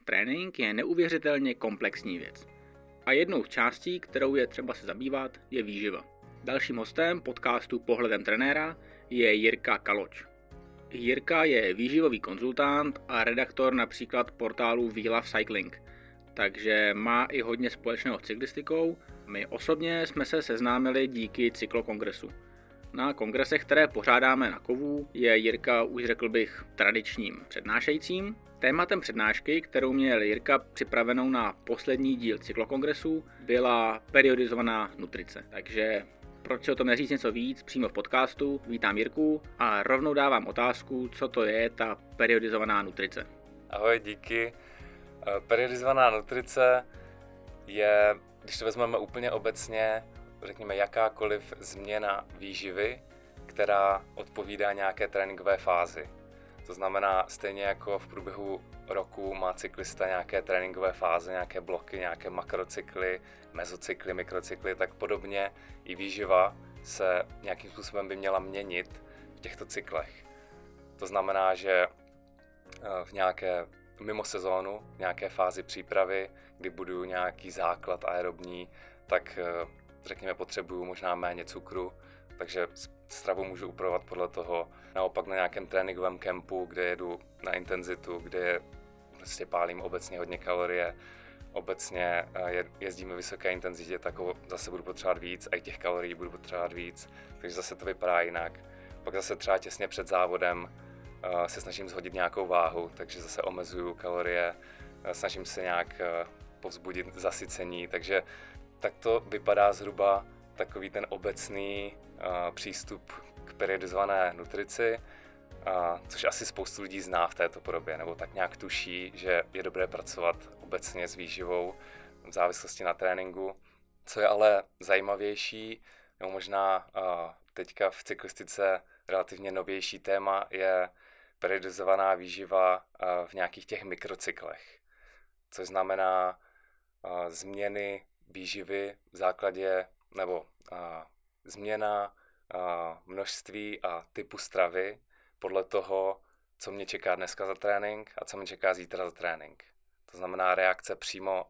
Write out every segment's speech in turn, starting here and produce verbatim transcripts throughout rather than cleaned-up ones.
Trénink je neuvěřitelně komplexní věc. A jednou z částí, kterou je třeba se zabývat, je výživa. Dalším hostem podcastu Pohledem trenéra je Jirka Kaloč. Jirka je výživový konzultant a redaktor například portálu We Love Cycling, takže má i hodně společného s cyklistikou. My osobně jsme se seznámili díky cyklokongresu. Na kongresech, které pořádáme na Kovu, je Jirka, už řekl bych, tradičním přednášejícím. Tématem přednášky, kterou měl Jirka připravenou na poslední díl cyklokongresu, byla periodizovaná nutrice. Takže proč si o tom neříct něco víc přímo v podcastu? Vítám Jirku a rovnou dávám otázku, co to je ta periodizovaná nutrice. Ahoj, díky. Periodizovaná nutrice je, když to vezmeme úplně obecně, řekněme jakákoliv změna výživy, která odpovídá nějaké tréninkové fázi. To znamená, stejně jako v průběhu roku má cyklista nějaké tréninkové fáze, nějaké bloky, nějaké makrocykly, mezocykly, mikrocykly, tak podobně i výživa se nějakým způsobem by měla měnit v těchto cyklech. To znamená, že v nějaké mimo sezónu, v nějaké fázi přípravy, kdy budu nějaký základ aerobní, tak řekněme potřebuju možná méně cukru, takže stravu můžu upravovat podle toho. Naopak na nějakém tréninkovém kempu, kde jedu na intenzitu, kde prostě pálím obecně hodně kalorie, obecně jezdíme vysoké intenzitě, tak zase budu potřebovat víc a i těch kalorií budu potřebovat víc, takže zase to vypadá jinak. Pak zase třeba těsně před závodem se snažím shodit nějakou váhu, takže zase omezuju kalorie, snažím se nějak povzbudit zasycení, takže tak to vypadá zhruba takový ten obecný uh, přístup k periodizované nutrici, uh, což asi spoustu lidí zná v této podobě, nebo tak nějak tuší, že je dobré pracovat obecně s výživou v závislosti na tréninku. Co je ale zajímavější, nebo možná uh, teďka v cyklistice relativně novější téma, je periodizovaná výživa uh, v nějakých těch mikrocyklech, což znamená uh, změny výživy v základě nebo a, změna a, množství a typu stravy podle toho, co mě čeká dneska za trénink a co mě čeká zítra za trénink. To znamená reakce přímo,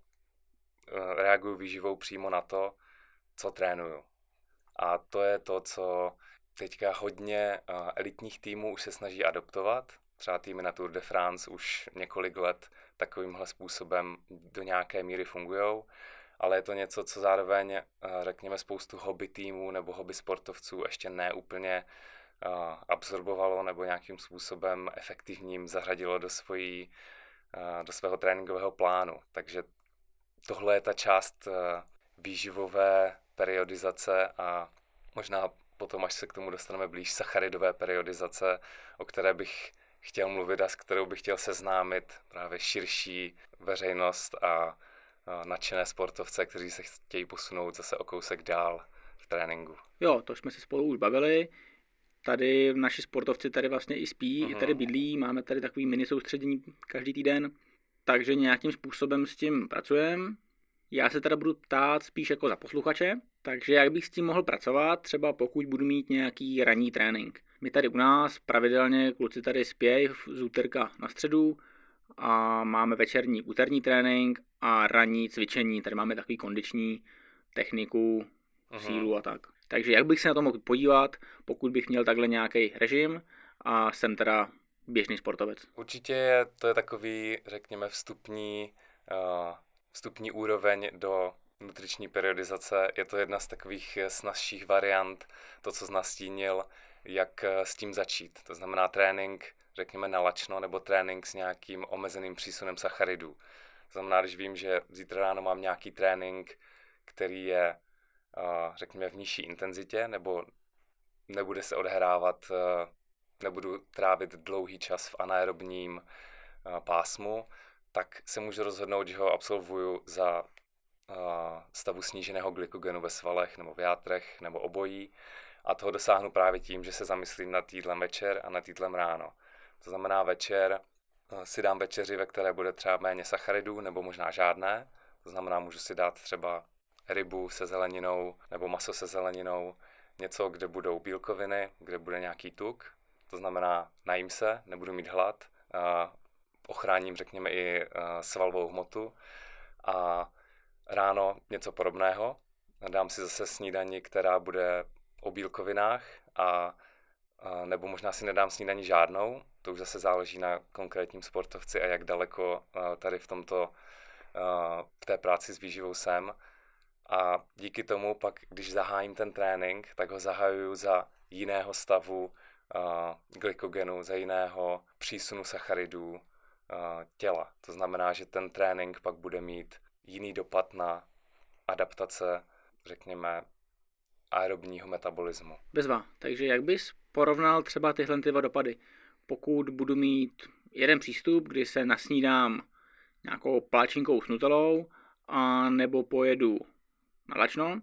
reaguju výživou přímo na to, co trénuju. A to je to, co teďka hodně a, elitních týmů už se snaží adoptovat. Třeba týmy na Tour de France už několik let takovýmhle způsobem do nějaké míry fungujou. Ale je to něco, co zároveň, řekněme, spoustu hobby týmů nebo hobby sportovců ještě ne úplně absorbovalo nebo nějakým způsobem efektivním zařadilo do, svojí, do svého tréninkového plánu. Takže tohle je ta část výživové periodizace a možná potom, až se k tomu dostaneme blíž, sacharidové periodizace, o které bych chtěl mluvit a s kterou bych chtěl seznámit právě širší veřejnost a nadšené sportovce, kteří se chtějí posunout zase o kousek dál v tréninku. Jo, to jsme se spolu už bavili. Tady naši sportovci tady vlastně i spí, uh-huh. tady bydlí, máme tady takový mini soustředění každý týden, takže nějakým způsobem s tím pracujeme. Já se teda budu ptát spíš jako za posluchače, takže jak bych s tím mohl pracovat, třeba pokud budu mít nějaký ranní trénink. My tady u nás pravidelně kluci tady spějí z úterka na středu a máme večerní úterní trénink a ranní cvičení, tady máme takový kondiční techniku, uh-huh. sílu a tak. Takže jak bych se na to mohl podívat, pokud bych měl takhle nějaký režim a jsem teda běžný sportovec? Určitě je, to je takový, řekněme, vstupní, uh, vstupní úroveň do nutriční periodizace. Je to jedna z takových snazších variant, to, co jsi nastínil, jak s tím začít. To znamená trénink, řekněme nalačno, nebo trénink s nějakým omezeným přísunem sacharidů. To znamená, když vím, že zítra ráno mám nějaký trénink, který je, řekněme, v nižší intenzitě, nebo nebude se odehrávat, nebudu trávit dlouhý čas v anaerobním pásmu, tak se můžu rozhodnout, že ho absolvuju za stavu sníženého glykogenu ve svalech nebo v játrech nebo obojí. A toho dosáhnu právě tím, že se zamyslím nad jídlem večer a nad jídlem ráno. To znamená večer si dám večeři, ve které bude třeba méně sacharidů nebo možná žádné. To znamená, můžu si dát třeba rybu se zeleninou nebo maso se zeleninou, něco, kde budou bílkoviny, kde bude nějaký tuk. To znamená, najím se, nebudu mít hlad, ochráním, řekněme, i svalovou hmotu. A ráno něco podobného. Dám si zase snídani, která bude o bílkovinách, a, a nebo možná si nedám snídani žádnou. To už zase záleží na konkrétním sportovci a jak daleko a, tady v tomto a, v té práci s výživou jsem. A díky tomu pak, když zahájím ten trénink, tak ho zahajuju za jiného stavu uh, glykogenu, za jiného přísunu sacharidů uh, těla. To znamená, že ten trénink pak bude mít jiný dopad na adaptace, řekněme, aerobního metabolismu. Bezva. Takže jak bys porovnal třeba tyhle ty dva dopady? Pokud budu mít jeden přístup, kdy se nasnídám nějakou palačinkou s nutelou a nebo pojedu na lačno,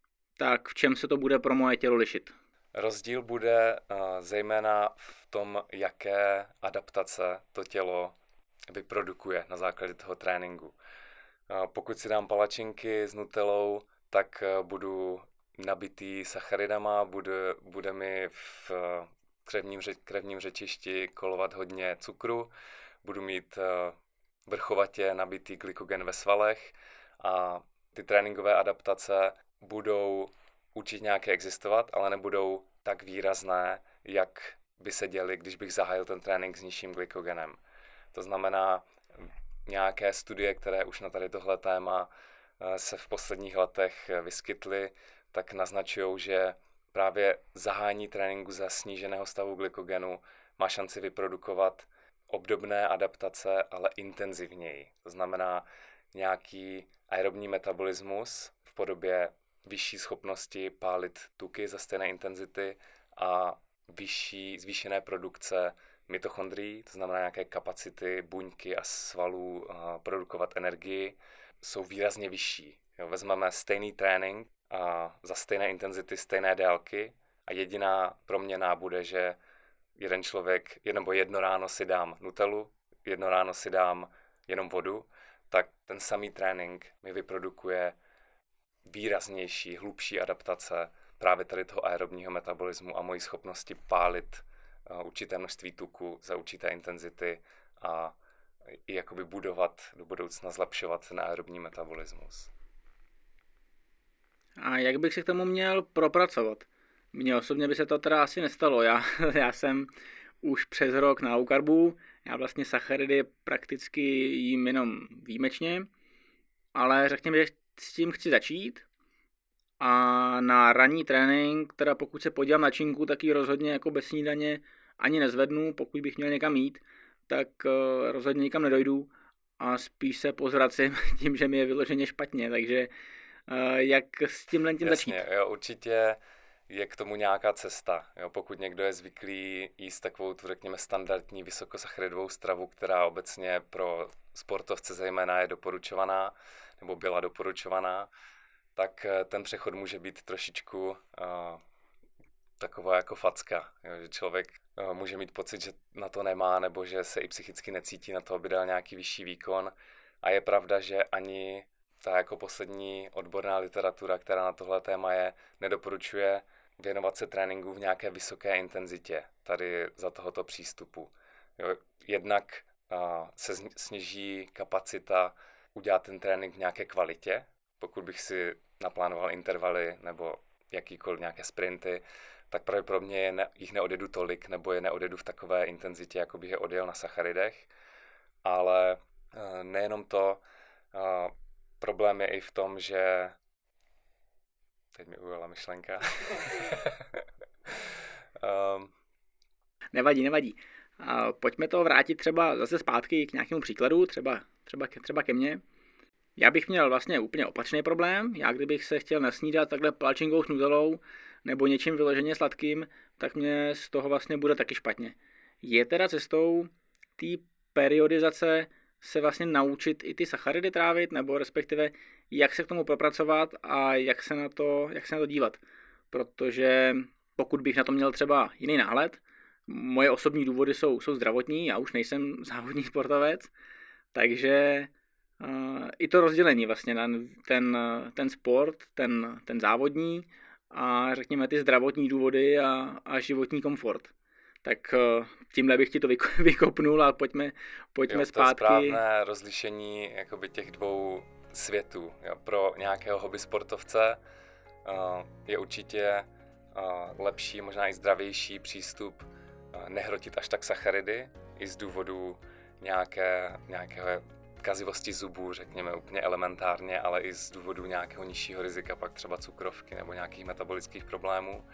tak v čem se to bude pro moje tělo lišit? Rozdíl bude uh, zejména v tom, jaké adaptace to tělo vyprodukuje na základě toho tréninku. Uh, pokud si dám palačinky s nutelou, tak uh, budu nabitý sacharidama, bude, bude mi v uh, krevním, ře, krevním řečišti kolovat hodně cukru, budu mít uh, vrchovatě nabitý glykogen ve svalech a ty tréninkové adaptace budou určitě nějaké existovat, ale nebudou tak výrazné, jak by se děly, když bych zahájil ten trénink s nižším glykogenem. To znamená, nějaké studie, které už na tady tohle téma se v posledních letech vyskytly, tak naznačují, že právě zahájení tréninku za sníženého stavu glykogenu má šanci vyprodukovat obdobné adaptace, ale intenzivněji. To znamená nějaký aerobní metabolismus v podobě vyšší schopnosti pálit tuky za stejné intenzity a vyšší zvýšené produkce mitochondrií, to znamená nějaké kapacity buňky a svalů a produkovat energii, jsou výrazně vyšší. Jo, vezmeme stejný trénink a za stejné intenzity, stejné délky a jediná proměna bude, že jeden člověk, nebo jedno ráno si dám nutelu, jedno ráno si dám jenom vodu, tak ten samý trénink mi vyprodukuje výraznější, hlubší adaptace právě tady toho aerobního metabolismu a mojí schopnosti pálit uh, určité množství tuku za určité intenzity a i jakoby budovat do budoucna, zlepšovat ten aerobní metabolismus. A jak bych se k tomu měl propracovat? Mně osobně by se to teda asi nestalo. Já, já jsem už přes rok na low carbu, já vlastně sacharidy prakticky jím jenom výjimečně, ale řekněme, že s tím chci začít a na ranní trénink, teda pokud se podívám na činku, tak ji rozhodně jako bez snídaně ani nezvednu, pokud bych měl někam jít, tak uh, rozhodně nikam nedojdu a spíš se pozvracím tím, že mi je vyloženě špatně, takže uh, jak s tímhle tím Jasně, začít? Jo, určitě je k tomu nějaká cesta. Jo, pokud někdo je zvyklý jíst takovou, tu řekněme, standardní vysokosacharidovou stravu, která obecně pro sportovce zejména je doporučovaná, nebo byla doporučovaná, tak ten přechod může být trošičku uh, taková jako facka. Jo, že člověk uh, může mít pocit, že na to nemá, nebo že se i psychicky necítí na to, aby dal nějaký vyšší výkon. A je pravda, že ani ta jako poslední odborná literatura, která na tohle téma je, nedoporučuje věnovat se tréninku v nějaké vysoké intenzitě tady za tohoto přístupu. Jo, jednak uh, se sníží kapacita udělat ten trénink v nějaké kvalitě. Pokud bych si naplánoval intervaly nebo jakýkoliv nějaké sprinty, tak pravděpodobně je ne, jich neodjedu tolik, nebo je neodjedu v takové intenzitě, jako bych je odjel na sacharidech. Ale uh, nejenom to, uh, problém je i v tom, že... Teď mi ujela myšlenka. um... Nevadí, nevadí. A pojďme to vrátit třeba zase zpátky k nějakému příkladu, třeba, třeba, ke, třeba ke mně. Já bych měl vlastně úplně opačný problém. Já kdybych se chtěl nasnídat takhle palačinkou s nutelou nebo něčím vyloženě sladkým, tak mě z toho vlastně bude taky špatně. Je teda cestou té periodizace se vlastně naučit i ty sacharidy trávit, nebo respektive jak se k tomu propracovat a jak se na to, jak se na to dívat. Protože pokud bych na to měl třeba jiný náhled, moje osobní důvody jsou, jsou zdravotní, já už nejsem závodní sportovec, takže uh, i to rozdělení vlastně na ten, ten sport, ten, ten závodní a řekněme ty zdravotní důvody a, a životní komfort. Tak tímhle bych ti to vykopnul a pojďme, pojďme jo, zpátky. To je správné rozlišení jakoby těch dvou světů. Jo. Pro nějakého hobby sportovce uh, je určitě uh, lepší, možná i zdravější přístup uh, nehrotit až tak sacharidy, i z důvodu nějaké, nějaké kazivosti zubů, řekněme úplně elementárně, ale i z důvodu nějakého nižšího rizika, pak třeba cukrovky nebo nějakých metabolických problémů.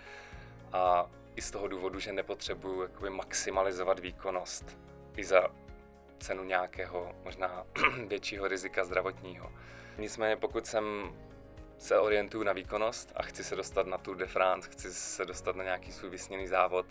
A i z toho důvodu, že nepotřebuju jakoby maximalizovat výkonnost i za cenu nějakého možná většího rizika zdravotního. Nicméně pokud jsem se orientuju na výkonnost a chci se dostat na Tour de France, chci se dostat na nějaký svůj vysněný závod,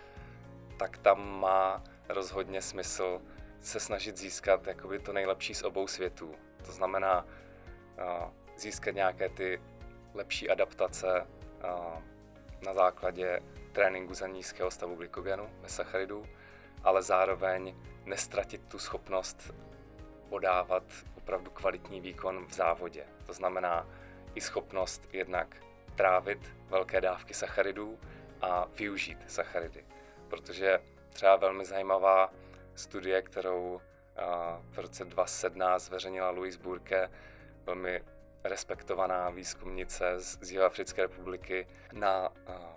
tak tam má rozhodně smysl se snažit získat jakoby to nejlepší z obou světů. To znamená uh, získat nějaké ty lepší adaptace uh, na základě tréninku za nízkého stavu glykogenu, bez sacharidů, ale zároveň nestratit tu schopnost podávat opravdu kvalitní výkon v závodě. To znamená i schopnost jednak trávit velké dávky sacharidů a využít sacharidy. Protože třeba velmi zajímavá studie, kterou v roce dva tisíce sedmnáct zveřejnila Louise Burke, velmi respektovaná výzkumnice z Jihoafrické republiky, na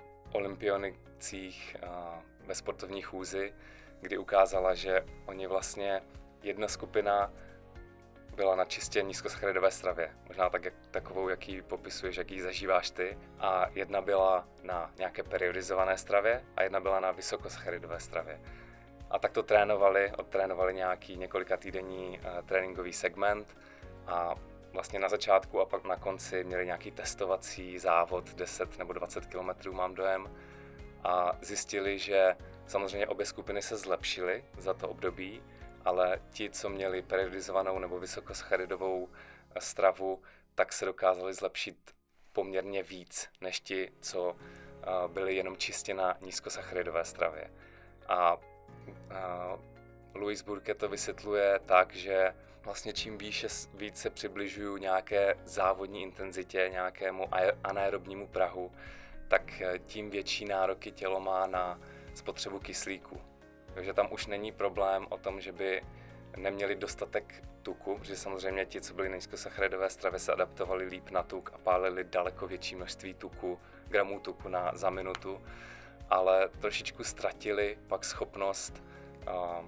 olympionicích ve sportovní chůzi, kdy ukázala, že oni vlastně jedna skupina byla na čistě nízkosacharidové stravě, možná tak, jak, takovou, jaký popisuješ, jaký zažíváš ty, a jedna byla na nějaké periodizované stravě a jedna byla na vysokosacharidové stravě. A tak to trénovali, odtrénovali nějaký několika týdenní uh, tréninkový segment a vlastně na začátku a pak na konci měli nějaký testovací závod deset nebo dvacet kilometrů, mám dojem, a zjistili, že samozřejmě obě skupiny se zlepšily za to období, ale ti, co měli periodizovanou nebo vysokosacharidovou stravu, tak se dokázali zlepšit poměrně víc, než ti, co uh, byli jenom čistě na nízkosacharidové stravě. A uh, Louise Burke to vysvětluje tak, že vlastně čím výše, víc se přibližuju nějaké závodní intenzitě, nějakému anaerobnímu prahu, tak tím větší nároky tělo má na spotřebu kyslíku. Takže tam už není problém o tom, že by neměli dostatek tuku, že samozřejmě ti, co byli na nízkosacharidové stravě, se adaptovali líp na tuk a pálili daleko větší množství tuku, gramů tuku na, za minutu, ale trošičku ztratili pak schopnost uh,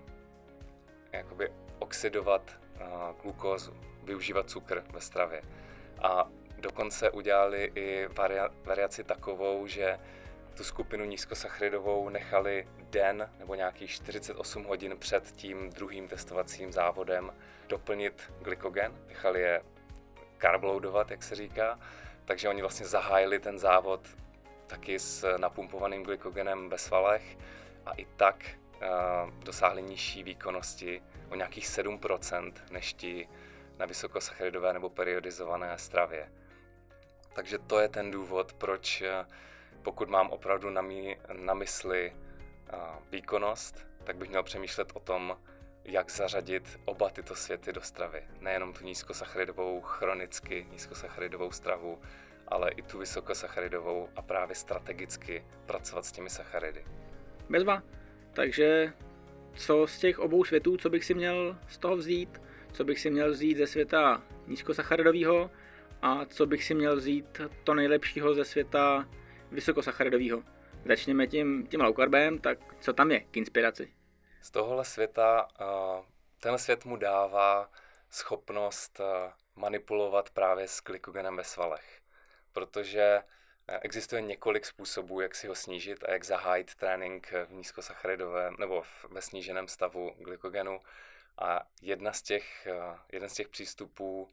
jakoby oxidovat uh, glukózu, využívat cukr ve stravě. A dokonce udělali i varia- variaci takovou, že tu skupinu nízkosacharidovou nechali den nebo nějakých čtyřicet osm hodin před tím druhým testovacím závodem doplnit glykogen, nechali je carbloadovat, jak se říká, takže oni vlastně zahájili ten závod taky s napumpovaným glykogenem ve svalech a i tak uh, dosáhli nižší výkonnosti o nějakých sedm procent než ti na vysokosacharidové nebo periodizované stravě. Takže to je ten důvod, proč pokud mám opravdu na, mý, na mysli uh, výkonnost, tak bych měl přemýšlet o tom, jak zařadit oba tyto světy do stravy. Nejenom tu nízkosacharidovou, chronicky nízkosacharidovou stravu, ale i tu vysokosacharidovou a právě strategicky pracovat s těmi sacharidy. Bezva. Takže co z těch obou světů, co bych si měl z toho vzít? Co bych si měl vzít ze světa nízkosacharidového a co bych si měl vzít to nejlepšího ze světa vysokosacharidového? Začněme tím, tím low carbem, tak co tam je k inspiraci? Z tohohle světa, ten svět mu dává schopnost manipulovat právě s glykogenem ve svalech, protože existuje několik způsobů, jak si ho snížit a jak zahájit trénink v nízkosacharidovém nebo ve sníženém stavu glykogenu. A jedna z těch, jeden z těch přístupů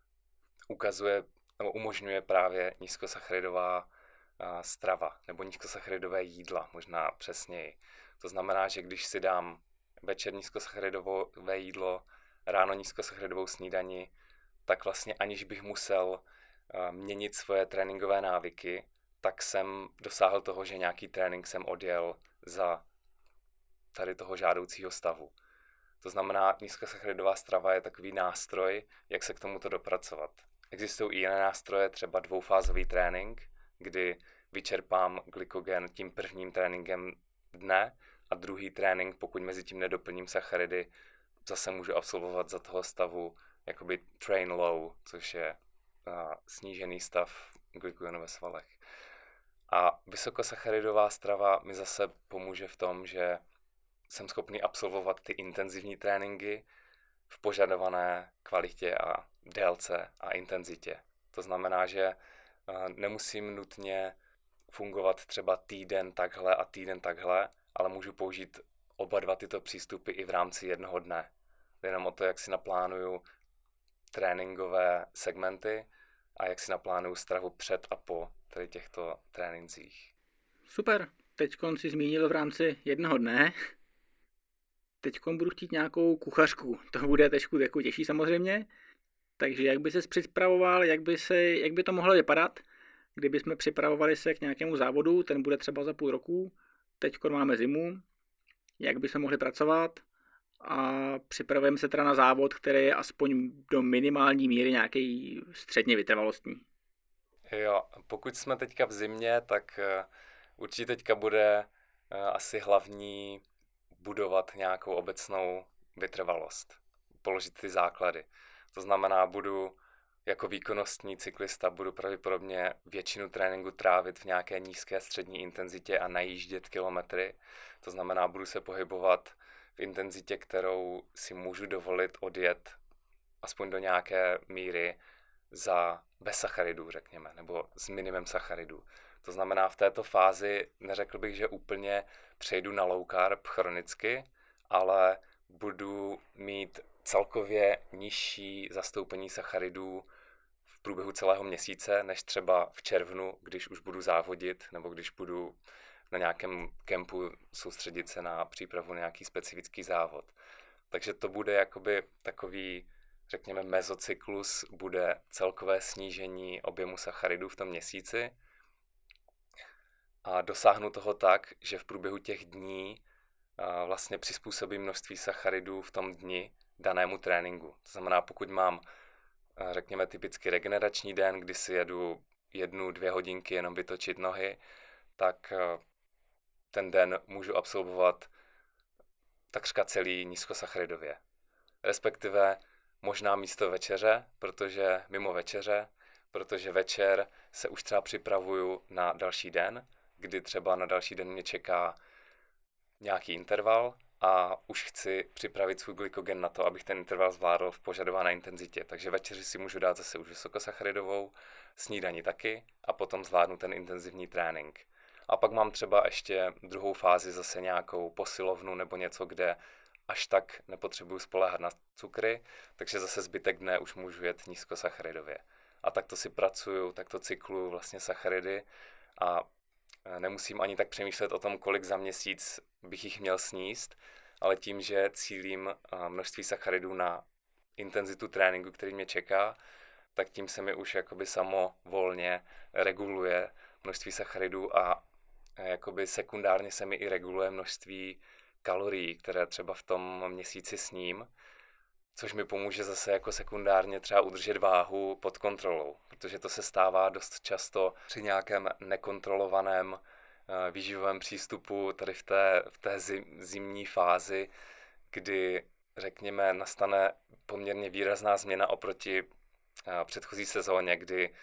ukazuje nebo umožňuje právě nízkosacharidová strava nebo nízkosacharidové jídla, možná přesněji. To znamená, že když si dám večer nízkosacharidové jídlo, ráno nízkosacharidovou snídani, tak vlastně aniž bych musel měnit svoje tréninkové návyky, tak jsem dosáhl toho, že nějaký trénink jsem odjel za tady toho žádoucího stavu. To znamená, nízkosacharidová strava je takový nástroj, jak se k tomuto dopracovat. Existují i jiné nástroje, třeba dvoufázový trénink, kdy vyčerpám glykogen tím prvním tréninkem dne a druhý trénink, pokud mezi tím nedoplním sacharidy, zase můžu absolvovat za toho stavu jakoby train low, což je uh, snížený stav glykogenu ve svalech. A vysokosacharidová strava mi zase pomůže v tom, že jsem schopný absolvovat ty intenzivní tréninky v požadované kvalitě a délce a intenzitě. To znamená, že uh, nemusím nutně fungovat třeba týden takhle a týden takhle, ale můžu použít oba dva tyto přístupy i v rámci jednoho dne. Jenom o to, jak si naplánuju tréninkové segmenty a jak si naplánuju stravu před a po tady těchto trénincích. Super, teďkon si zmínil v rámci jednoho dne. Teďkon budu chtít nějakou kuchařku. To bude trošku jako těžší samozřejmě. Takže jak by ses připravoval, jak by, se, jak by to mohlo vypadat, kdyby jsme připravovali se k nějakému závodu, ten bude třeba za půl roku, teďkon máme zimu, jak by jsme mohli pracovat a připravujeme se teda na závod, který je aspoň do minimální míry nějaký středně vytrvalostní. Jo, pokud jsme teďka v zimě, tak určitě teďka bude asi hlavní budovat nějakou obecnou vytrvalost, položit ty základy. To znamená, budu jako výkonnostní cyklista budu pravděpodobně většinu tréninku trávit v nějaké nízké střední intenzitě a najíždět kilometry. To znamená, budu se pohybovat v intenzitě, kterou si můžu dovolit odjet aspoň do nějaké míry za bez sacharidů, řekněme, nebo s minimem sacharidů. To znamená, v této fázi neřekl bych, že úplně přejdu na low carb chronicky, ale budu mít celkově nižší zastoupení sacharidů v průběhu celého měsíce, než třeba v červnu, když už budu závodit, nebo když budu na nějakém kempu soustředit se na přípravu na nějaký specifický závod. Takže to bude jakoby takový, řekněme, mezocyklus, bude celkové snížení objemu sacharidů v tom měsíci a dosáhnu toho tak, že v průběhu těch dní vlastně přizpůsobím množství sacharidů v tom dni danému tréninku. To znamená, pokud mám, řekněme, typicky regenerační den, kdy si jedu jednu, dvě hodinky jenom vytočit nohy, tak ten den můžu absolvovat takřka celý nízkosacharidově. Respektive možná místo večeře, protože mimo večeře, protože večer se už třeba připravuju na další den, kdy třeba na další den mě čeká nějaký interval a už chci připravit svůj glykogen na to, abych ten interval zvládl v požadované intenzitě. Takže večeři si můžu dát zase už vysokosacharidovou, snídani taky a potom zvládnu ten intenzivní trénink. A pak mám třeba ještě druhou fázi zase nějakou posilovnu nebo něco, kde až tak nepotřebuju spoléhat na cukry, takže zase zbytek dne už můžu jet nízkosacharidově. A takto si pracuju, takto cykluju vlastně sacharidy a nemusím ani tak přemýšlet o tom, kolik za měsíc bych jich měl sníst, ale tím, že cílím množství sacharidů na intenzitu tréninku, který mě čeká, tak tím se mi už jakoby samo volně reguluje množství sacharidů a jakoby sekundárně se mi i reguluje množství kalorií, které třeba v tom měsíci sním, což mi pomůže zase jako sekundárně třeba udržet váhu pod kontrolou, protože to se stává dost často při nějakém nekontrolovaném výživovém přístupu tady v té, v té zim, zimní fázi, kdy, řekněme, nastane poměrně výrazná změna oproti předchozí sezóně, kdy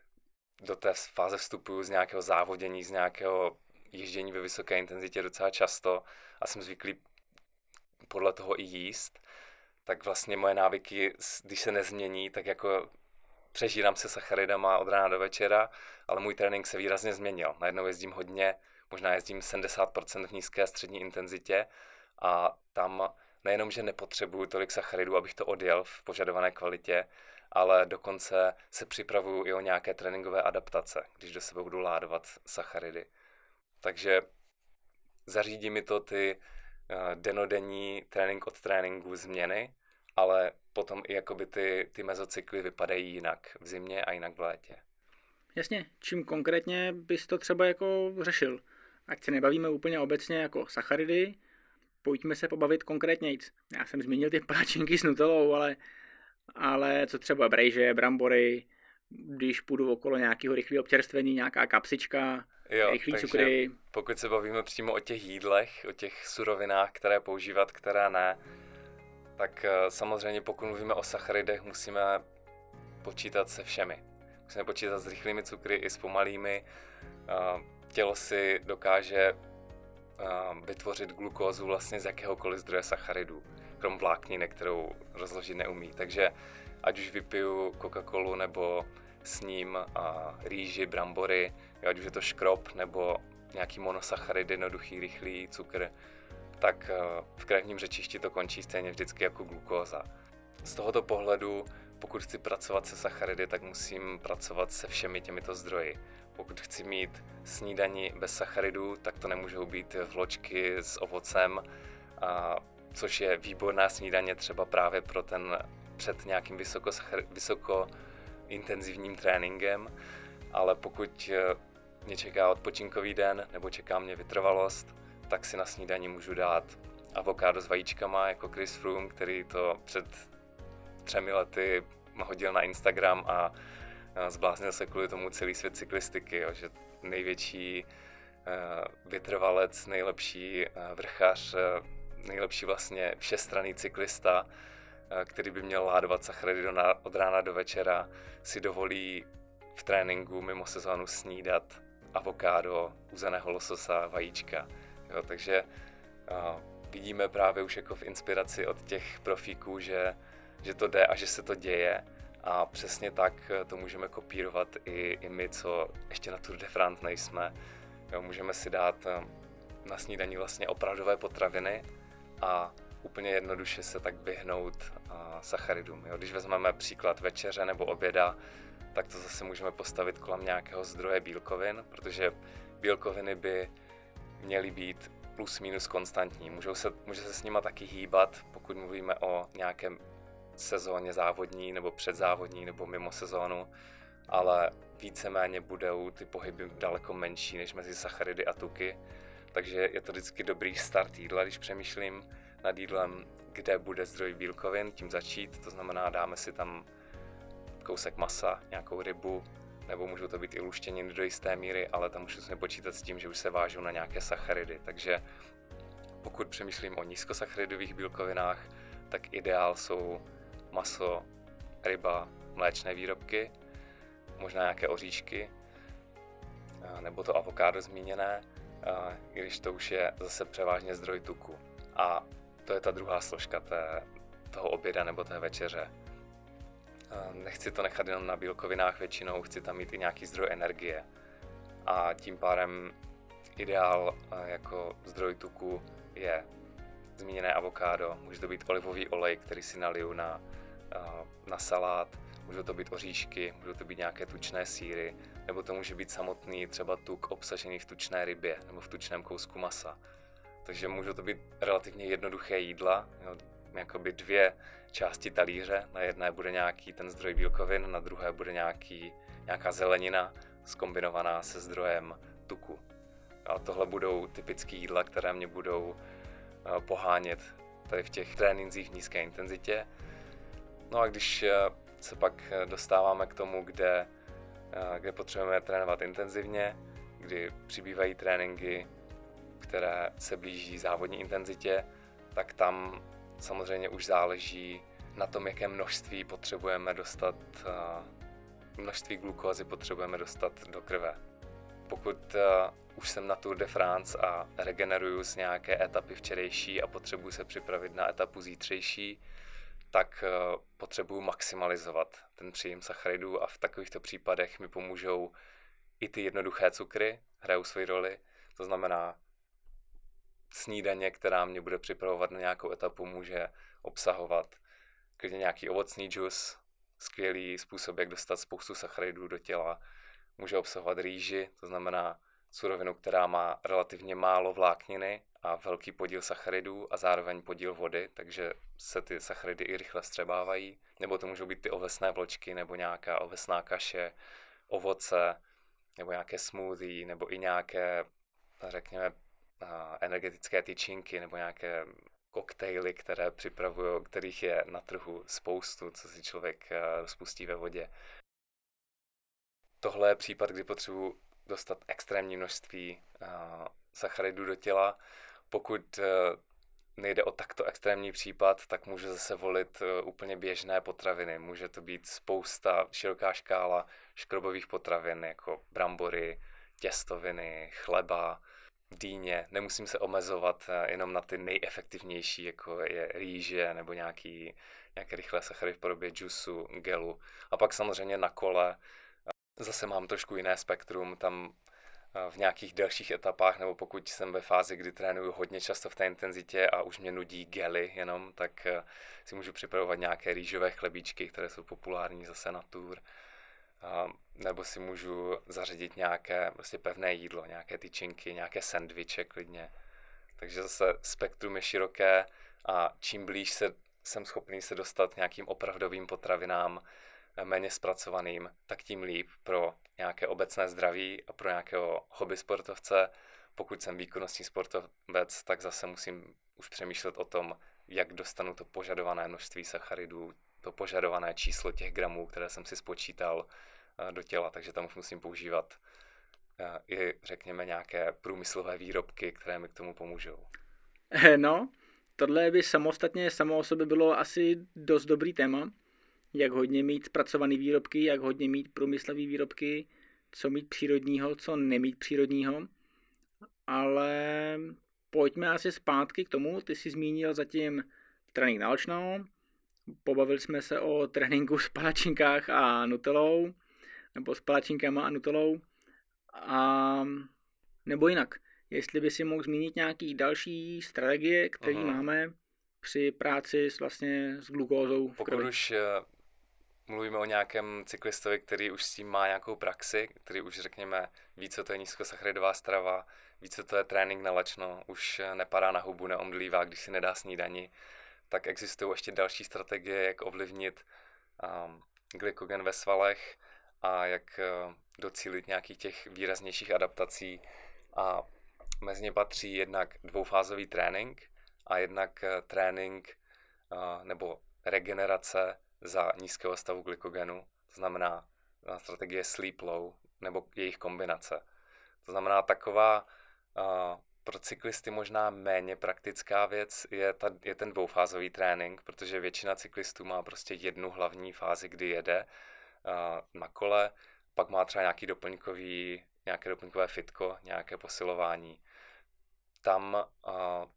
do té fáze vstupuju z nějakého závodění, z nějakého ježdění ve vysoké intenzitě docela často a jsem zvyklý podle toho i jíst, tak vlastně moje návyky, když se nezmění, tak jako přežírám se sacharidama od rána do večera, ale můj trénink se výrazně změnil. Najednou jezdím hodně, možná jezdím sedmdesát procent v nízké a střední intenzitě a tam nejenom, že nepotřebuju tolik sacharidů, abych to odjel v požadované kvalitě, ale dokonce se připravuju i o nějaké tréninkové adaptace, když do sebe budu ládovat sacharidy. Takže zařídí mi to ty denodenní trénink od tréninku změny, ale potom i jakoby ty, ty mezocykly vypadají jinak v zimě a jinak v létě. Jasně, čím konkrétně bys to třeba jako řešil? Ať se nebavíme úplně obecně jako sacharidy, pojďme se pobavit konkrétnějc. Já jsem zmínil ty palačinky s nutelou, ale, ale co třeba brejže, brambory, když půjdu okolo nějakého rychlého občerstvení, nějaká kapsička, Jo, rychlý takže cukry. Pokud se bavíme přímo o těch jídlech, o těch surovinách, které používat, které ne, tak samozřejmě pokud mluvíme o sacharidech, musíme počítat se všemi. Musíme počítat s rychlými cukry i s pomalými. Tělo si dokáže vytvořit glukózu vlastně z jakéhokoliv zdroje sacharidů, krom vlákniny, kterou rozložit neumí. Takže ať už vypiju Coca-Colu nebo sním a rýži, brambory, ať už je to škrob nebo nějaký monosacharid, jednoduchý, rychlý cukr, tak v krevním řečišti to končí stejně vždycky jako glukóza. Z tohoto pohledu, pokud chci pracovat se sacharidy, tak musím pracovat se všemi těmito zdroji. Pokud chci mít snídani bez sacharidů, tak to nemůžou být vločky s ovocem, a, což je výborná snídaně třeba právě pro ten před nějakým vysoko, vysoko intenzivním tréninkem, ale pokud mě čeká odpočinkový den nebo čeká mě vytrvalost, tak si na snídani můžu dát avokádo s vajíčkama jako Chris Froome, který to před třemi lety hodil na Instagram a zbláznil se kvůli tomu celý svět cyklistiky, jo, že největší uh, vytrvalec, nejlepší uh, vrchař, uh, nejlepší vlastně všestranný cyklista, uh, který by měl ládovat sacharidy od rána do večera, si dovolí v tréninku mimo sezónu snídat avokádo, uzeného lososa, vajíčka. Jo, takže uh, vidíme právě už jako v inspiraci od těch profíků, že, že to jde a že se to děje. A přesně tak to můžeme kopírovat i, i my, co ještě na Tour de France nejsme. Jo, můžeme si dát na snídani vlastně opravdové potraviny a úplně jednoduše se tak vyhnout a, sacharidům. Jo, když vezmeme příklad večeře nebo oběda, tak to zase můžeme postavit kolem nějakého zdroje bílkovin, protože bílkoviny by měly být plus minus konstantní. Můžou se, může se s nima taky hýbat, pokud mluvíme o nějakém sezóně závodní nebo předzávodní nebo mimo sezónu, ale víceméně budou ty pohyby daleko menší než mezi sacharidy a tuky, takže je to vždycky dobrý start jídla, když přemýšlím nad jídlem, kde bude zdroj bílkovin, tím začít, to znamená dáme si tam kousek masa, nějakou rybu, nebo můžou to být i luštěniny do jisté míry, ale tam už musíme počítat s tím, že už se vážou na nějaké sacharidy, takže pokud přemýšlím o nízkosacharidových bílkovinách, tak ideál jsou maso, ryba, mléčné výrobky, možná nějaké oříšky, nebo to avokádo zmíněné, i když to už je zase převážně zdroj tuku. A to je ta druhá složka té, toho oběda nebo té večeře. Nechci to nechat jenom na bílkovinách většinou, chci tam mít i nějaký zdroj energie. A tím pádem ideál jako zdroj tuku je zmíněné avokádo, může to být olivový olej, který si naliju na, na salát, můžou to být oříšky, můžou to být nějaké tučné sýry, nebo to může být samotný třeba tuk obsažený v tučné rybě nebo v tučném kousku masa. Takže můžou to být relativně jednoduché jídla, jo, jakoby dvě části talíře, na jedné bude nějaký ten zdroj bílkovin, na druhé bude nějaký, nějaká zelenina zkombinovaná se zdrojem tuku. A tohle budou typické jídla, které mě budou pohánět tady v těch trénincích v nízké intenzitě. No a když se pak dostáváme k tomu, kde, kde potřebujeme trénovat intenzivně, kdy přibývají tréninky, které se blíží závodní intenzitě, tak tam samozřejmě už záleží na tom, jaké množství potřebujeme dostat, množství glukózy potřebujeme dostat do krve. Pokud už jsem na Tour de France a regeneruju z nějaké etapy včerejší a potřebuji se připravit na etapu zítřejší, tak potřebuji maximalizovat ten příjem sacharidů a v takovýchto případech mi pomůžou i ty jednoduché cukry, hrajou svoji roli, to znamená snídaně, která mě bude připravovat na nějakou etapu, může obsahovat klidně nějaký ovocný džus, skvělý způsob, jak dostat spoustu sacharidů do těla, může obsahovat rýži, to znamená surovinu, která má relativně málo vlákniny a velký podíl sacharidů a zároveň podíl vody, takže se ty sacharidy i rychle vstřebávají. Nebo to můžou být ty ovesné vločky, nebo nějaká ovesná kaše, ovoce, nebo nějaké smoothie, nebo i nějaké, řekněme, energetické tyčinky, nebo nějaké koktejly, které připravují, kterých je na trhu spoustu, co si člověk rozpustí ve vodě. Tohle je případ, kdy potřebuji dostat extrémní množství uh, sacharidů do těla. Pokud uh, nejde o takto extrémní případ, tak můžu zase volit uh, úplně běžné potraviny. Může to být spousta, široká škála škrobových potravin, jako brambory, těstoviny, chleba, dýně. Nemusím se omezovat uh, jenom na ty nejefektivnější, jako je rýže nebo nějaký, nějaké rychlé sacharidy v podobě džusu, gelu. A pak samozřejmě na kole zase mám trošku jiné spektrum, tam v nějakých delších etapách, nebo pokud jsem ve fázi, kdy trénuju hodně často v té intenzitě a už mě nudí gely jenom, tak si můžu připravovat nějaké rýžové chlebíčky, které jsou populární zase na tour. A nebo si můžu zařadit nějaké prostě pevné jídlo, nějaké tyčinky, nějaké sendviče klidně. Takže zase spektrum je široké a čím blíž se, jsem schopný se dostat nějakým opravdovým potravinám, méně zpracovaným, tak tím líp pro nějaké obecné zdraví a pro nějakého hobby sportovce. Pokud jsem výkonnostní sportovec, tak zase musím už přemýšlet o tom, jak dostanu to požadované množství sacharidů, to požadované číslo těch gramů, které jsem si spočítal do těla, takže tam už musím používat i, řekněme, nějaké průmyslové výrobky, které mi k tomu pomůžou. No, tohle by samostatně samo o sobě bylo asi dost dobrý téma, jak hodně mít zpracované výrobky, jak hodně mít průmyslové výrobky, co mít přírodního, co nemít přírodního. Ale pojďme asi zpátky k tomu, ty jsi zmínil zatím trénink nalačno, pobavili jsme se o tréninku s palačinkách a nutelou, nebo s palačinkama a nutelou, a nebo jinak, jestli by si mohl zmínit nějaký další strategie, které uh-huh. máme při práci s, vlastně, s glukózou v krvi. Pokud už mluvíme o nějakém cyklistovi, který už s tím má nějakou praxi, který už, řekněme, ví, co to je nízkosacharidová strava, ví, co to je trénink nalačno, už nepadá na hubu, neomdlívá, když si nedá snídani, tak existují ještě další strategie, jak ovlivnit um, glykogen ve svalech a jak uh, docílit nějakých těch výraznějších adaptací. A mezi ně patří jednak dvoufázový trénink a jednak uh, trénink uh, nebo regenerace za nízkého stavu glykogenu, to znamená strategie sleep low nebo jejich kombinace. To znamená taková uh, pro cyklisty možná méně praktická věc je, ta, je ten dvoufázový trénink, protože většina cyklistů má prostě jednu hlavní fázi, kdy jede uh, na kole, pak má třeba nějaký doplňkový, nějaké doplňkové fitko, nějaké posilování. Tam uh,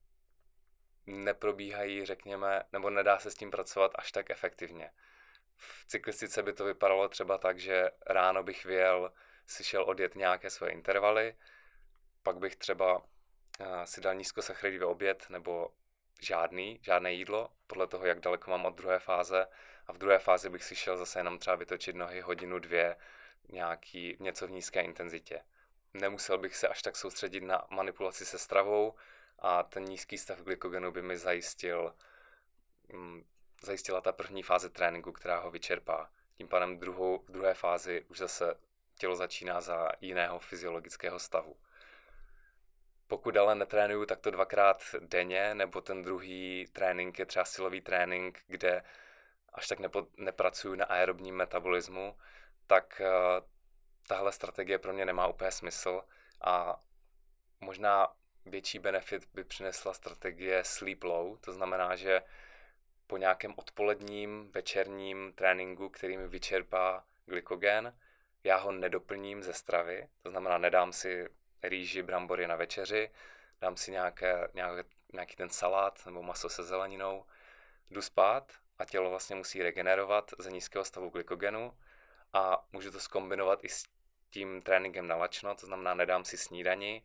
neprobíhají, řekněme, nebo nedá se s tím pracovat až tak efektivně. V cyklistice by to vypadalo třeba tak, že ráno bych vyjel, si šel odjet nějaké svoje intervaly, pak bych třeba uh, si dal nízkosacharidový oběd nebo žádný, žádné jídlo, podle toho, jak daleko mám od druhé fáze. A v druhé fázi bych si šel zase jenom třeba vytočit nohy hodinu, dvě, nějaký, něco v nízké intenzitě. Nemusel bych se až tak soustředit na manipulaci se stravou, a ten nízký stav glykogenu by mi zajistil, um, zajistila ta první fáze tréninku, která ho vyčerpá. Tím pádem druhou, v druhé fázi už zase tělo začíná za jiného fyziologického stavu. Pokud ale netrénuju takto dvakrát denně, nebo ten druhý trénink je třeba silový trénink, kde až tak nepo, nepracuju na aerobním metabolismu, tak uh, tahle strategie pro mě nemá úplně smysl a možná větší benefit by přinesla strategie sleep low, to znamená, že po nějakém odpoledním, večerním tréninku, který mi vyčerpá glykogen, já ho nedoplním ze stravy, to znamená, nedám si rýži, brambory na večeři, dám si nějaké, nějaké, nějaký ten salát nebo maso se zeleninou, jdu spát a tělo vlastně musí regenerovat ze nízkého stavu glykogenu a můžu to zkombinovat i s tím tréninkem nalačno, to znamená, nedám si snídani,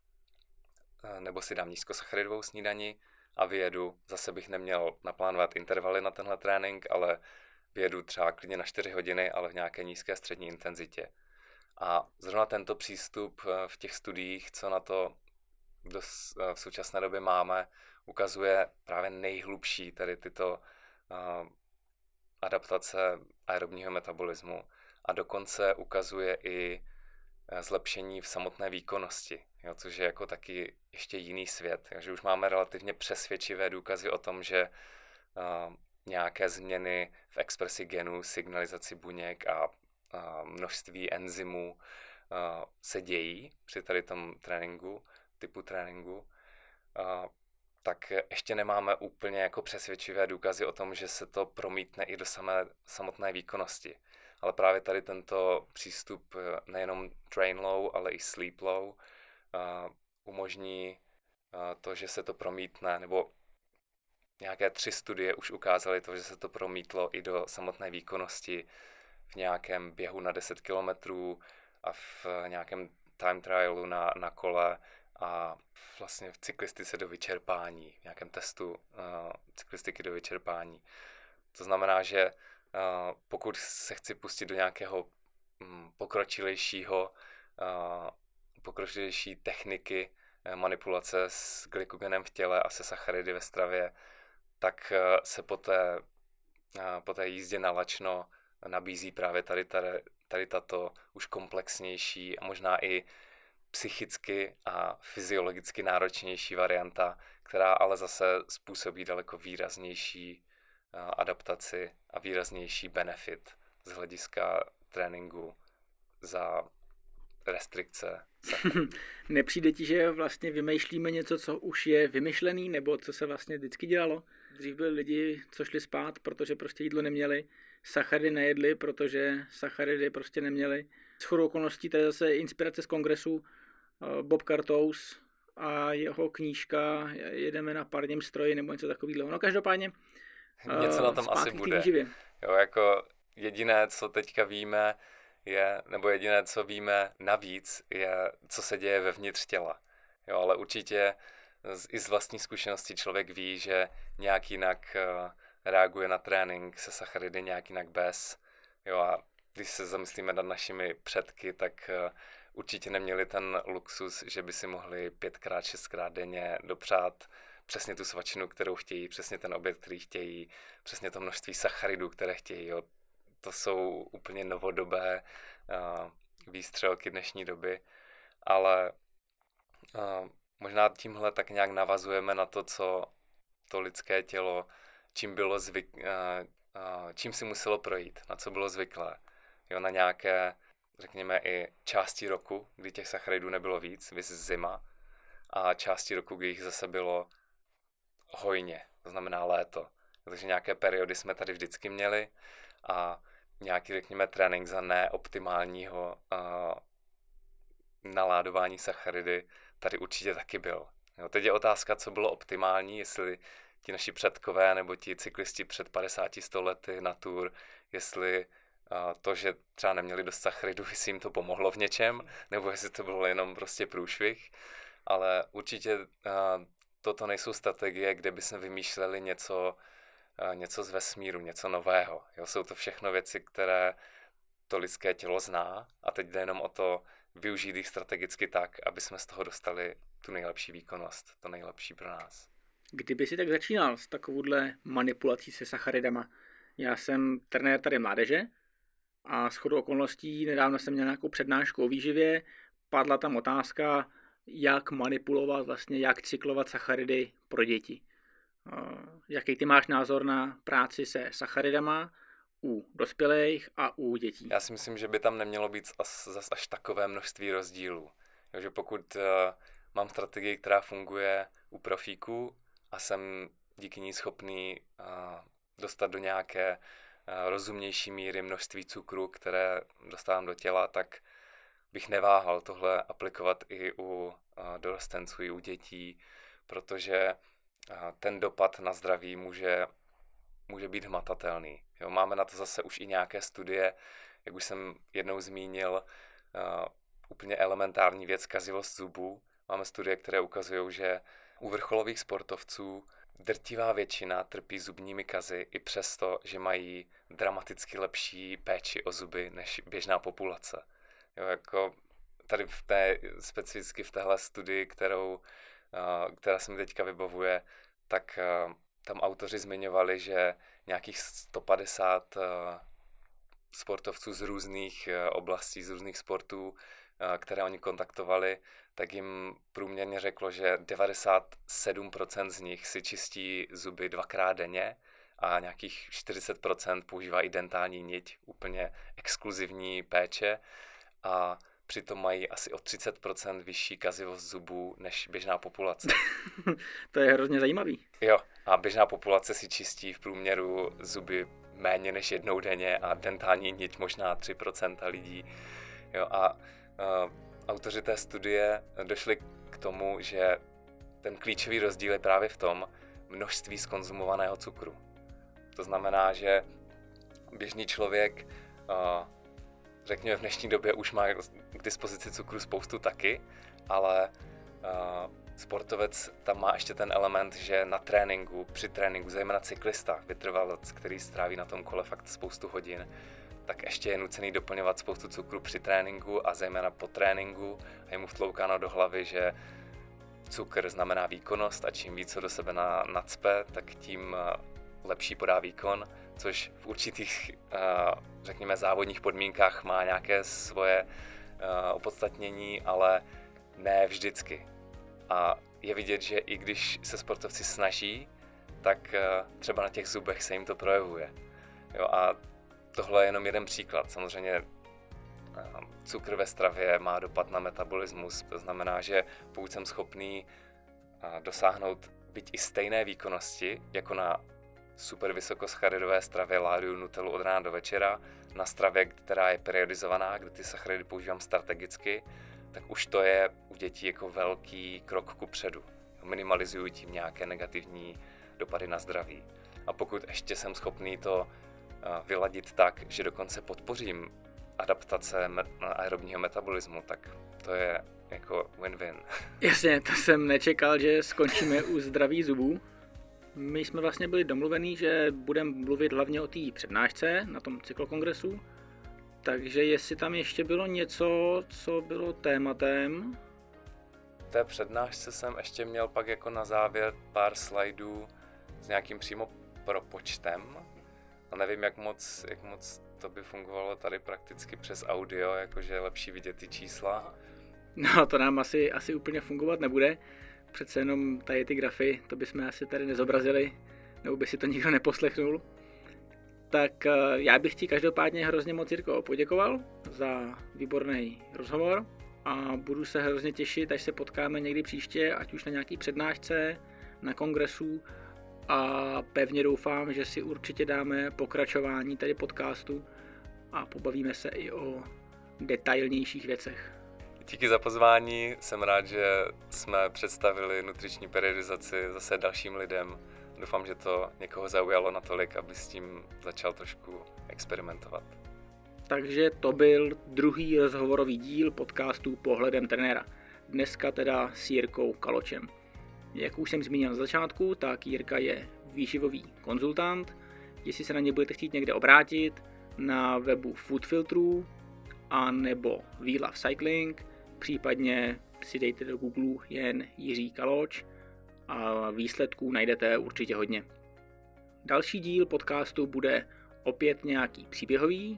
nebo si dám nízkosacharidovou snídani a vyjedu, zase bych neměl naplánovat intervaly na tenhle trénink, ale vyjedu třeba klidně na čtyři hodiny, ale v nějaké nízké střední intenzitě. A zrovna tento přístup v těch studiích, co na to v současné době máme, ukazuje právě nejhlubší tady tyto uh, adaptace aerobního metabolismu a dokonce ukazuje i zlepšení v samotné výkonnosti, jo, což je jako taky ještě jiný svět. Takže už máme relativně přesvědčivé důkazy o tom, že uh, nějaké změny v expresi genů, signalizaci buněk a uh, množství enzymů se dějí při tady tom tréninku, typu tréninku, uh, tak ještě nemáme úplně jako přesvědčivé důkazy o tom, že se to promítne i do samé, samotné výkonnosti. Ale právě tady tento přístup nejenom train low, ale i sleep low uh, umožní uh, to, že se to promítne, nebo nějaké tři studie už ukázaly to, že se to promítlo i do samotné výkonnosti v nějakém běhu na deset kilometrů a v nějakém time trialu na, na kole a vlastně v cyklistice do vyčerpání, v nějakém testu uh, cyklistiky do vyčerpání. To znamená, že uh, pokud se chci pustit do nějakého um, pokročilejšího, uh, pokročilejší techniky uh, manipulace s glykogenem v těle a se sacharidy ve stravě, tak uh, se po té, uh, po té jízdě na lačno nabízí právě tady, tady, tady tato už komplexnější a možná i psychicky a fyziologicky náročnější varianta, která ale zase způsobí daleko výraznější adaptaci a výraznější benefit z hlediska tréninku za restrikce. Nepřijde ti, že vlastně vymýšlíme něco, co už je vymyšlený, nebo co se vlastně vždycky dělalo? Dřív byli lidi, co šli spát, protože prostě jídlo neměli, sacharidy nejedli, protože sacharidy prostě neměli. Shodou okolností tady zase inspirace z kongresu, Bob Cartous a jeho knížka Jedeme na parním stroji nebo něco takového. No každopádně něco na tom asi bude. Jo, jako jediné, co teďka víme, je, nebo jediné, co víme navíc, je, co se děje vevnitř těla. Jo, ale určitě z, i z vlastní zkušenosti člověk ví, že nějak jinak uh, reaguje na trénink se sacharidy, nějak jinak bez. Jo, a když se zamyslíme nad našimi předky, tak uh, určitě neměli ten luxus, že by si mohli pětkrát, šestkrát denně dopřát přesně tu svačinu, kterou chtějí, přesně ten oběd, který chtějí, přesně to množství sacharidů, které chtějí. Jo. To jsou úplně novodobé uh, výstřelky dnešní doby, ale uh, možná tímhle tak nějak navazujeme na to, co to lidské tělo, čím bylo zvyk, uh, uh, čím si muselo projít, na co bylo zvyklé. Jo, na nějaké, řekněme, i části roku, kdy těch sacharidů nebylo víc, viz zima, a části roku, kdy jich zase bylo hojně, to znamená léto. Takže nějaké periody jsme tady vždycky měli a nějaký, řekněme, trénink za neoptimálního uh, naládování sacharidy tady určitě taky byl. Jo, teď je otázka, co bylo optimální, jestli ti naši předkové nebo ti cyklisti před padesáti sto lety na Tour, jestli uh, to, že třeba neměli dost sacharidů, jestli jim to pomohlo v něčem, nebo jestli to bylo jenom prostě průšvih. Ale určitě uh, toto nejsou strategie, kde bychom vymýšleli něco, uh, něco z vesmíru, něco nového. Jo, jsou to všechno věci, které to lidské tělo zná a teď jde jenom o to využít jich strategicky tak, aby jsme z toho dostali tu nejlepší výkonnost, to nejlepší pro nás. Kdyby si tak začínal s takovouhle manipulací se sacharidama? Já jsem trenér tady mládeže a shodou okolností nedávno jsem měl nějakou přednášku o výživě, padla tam otázka, jak manipulovat, vlastně jak cyklovat sacharidy pro děti. Jaký ty máš názor na práci se sacharidama u dospělých a u dětí? Já si myslím, že by tam nemělo být zas až takové množství rozdílů. Takže pokud uh, mám strategii, která funguje u profíků a jsem díky ní schopný uh, dostat do nějaké uh, rozumnější míry množství cukru, které dostávám do těla, tak bych neváhal tohle aplikovat i u uh, dorostenců, i u dětí, protože uh, ten dopad na zdraví může, může být hmatatelný. Jo, máme na to zase už i nějaké studie, jak už jsem jednou zmínil, uh, úplně elementární věc, kazivost zubů. Máme studie, které ukazují, že u vrcholových sportovců drtivá většina trpí zubními kazy i přesto, že mají dramaticky lepší péči o zuby než běžná populace. Jo, jako tady v té, specificky v téhle studii, kterou, uh, která se mi teďka vybavuje, tak uh, tam autoři zmiňovali, že nějakých sto padesát uh, sportovců z různých uh, oblastí, z různých sportů, uh, které oni kontaktovali, tak jim průměrně řeklo, že devadesát sedm procent z nich si čistí zuby dvakrát denně a nějakých čtyřicet procent používá i dentální niť, úplně exkluzivní péče. A přitom mají asi o třicet procent vyšší kazivost zubů než běžná populace. To je hrozně zajímavý. Jo, a běžná populace si čistí v průměru zuby méně než jednou denně a dentální niť možná tři procenta lidí. Jo, a uh, autoři té studie došli k tomu, že ten klíčový rozdíl je právě v tom množství zkonzumovaného cukru. To znamená, že běžný člověk, uh, řekněme v dnešní době už má k dispozici cukru spoustu taky, ale uh, sportovec tam má ještě ten element, že na tréninku, při tréninku, zejména cyklista, vytrvalec, který stráví na tom kole fakt spoustu hodin, tak ještě je nucený doplňovat spoustu cukru při tréninku a zejména po tréninku a je mu vtloukáno do hlavy, že cukr znamená výkonnost a čím víc ho do sebe na, nacpe, tak tím lepší podá výkon, což v určitých, řekněme, závodních podmínkách má nějaké svoje opodstatnění, ale ne vždycky. A je vidět, že i když se sportovci snaží, tak třeba na těch zubech se jim to projevuje. Jo, a tohle je jenom jeden příklad. Samozřejmě cukr ve stravě má dopad na metabolismus. To znamená, že pokud jsem schopný dosáhnout byť i stejné výkonnosti, jako na super vysokosacharidové stravě láduju Nutellu od rána do večera, na stravě, která je periodizovaná, kde ty sacharidy používám strategicky, tak už to je u dětí jako velký krok kupředu. Minimalizuju tím nějaké negativní dopady na zdraví. A pokud ještě jsem schopný to vyladit tak, že dokonce podpořím adaptace aerobního metabolismu, tak to je jako win-win. Jasně, to jsem nečekal, že skončíme u zdraví zubů. My jsme vlastně byli domluvení, že budeme mluvit hlavně o té přednášce na tom cyklokongresu. Takže jestli tam ještě bylo něco, co bylo tématem. V té přednášce jsem ještě měl pak jako na závěr pár slajdů s nějakým přímo propočtem. A nevím, jak moc, jak moc to by fungovalo tady prakticky přes audio, jakože je lepší vidět ty čísla. No, to nám asi, asi úplně fungovat nebude. Přece jenom tady ty grafy, to bychom asi tady nezobrazili, nebo by si to nikdo neposlechnul. Tak já bych ti každopádně hrozně moc, Jirko, poděkoval za výborný rozhovor a budu se hrozně těšit, až se potkáme někdy příště, ať už na nějaký přednášce, na kongresu, a pevně doufám, že si určitě dáme pokračování tady podcastu a pobavíme se i o detailnějších věcech. Díky za pozvání, jsem rád, že jsme představili nutriční periodizaci zase dalším lidem. Doufám, že to někoho zaujalo natolik, aby s tím začal trošku experimentovat. Takže to byl druhý rozhovorový díl podcastu Pohledem trenéra. Dneska teda s Jirkou Kaločem. Jak už jsem zmínil na začátku, tak Jirka je výživový konzultant. Jestli se na ně budete chtít někde obrátit, na webu Food Filtru a nebo We Love Cycling, případně si dejte do Google jen Jiří Kaloč a výsledků najdete určitě hodně. Další díl podcastu bude opět nějaký příběhový.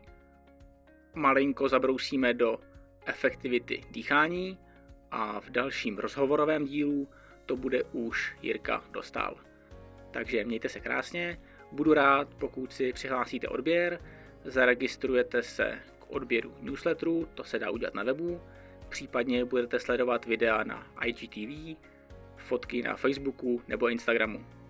Malinko zabrousíme do efektivity dýchání a v dalším rozhovorovém dílu to bude už Jirka Dostál. Takže mějte se krásně, budu rád, pokud si přihlásíte odběr, zaregistrujete se k odběru newsletteru, to se dá udělat na webu, případně budete sledovat videa na I G T V, fotky na Facebooku nebo Instagramu.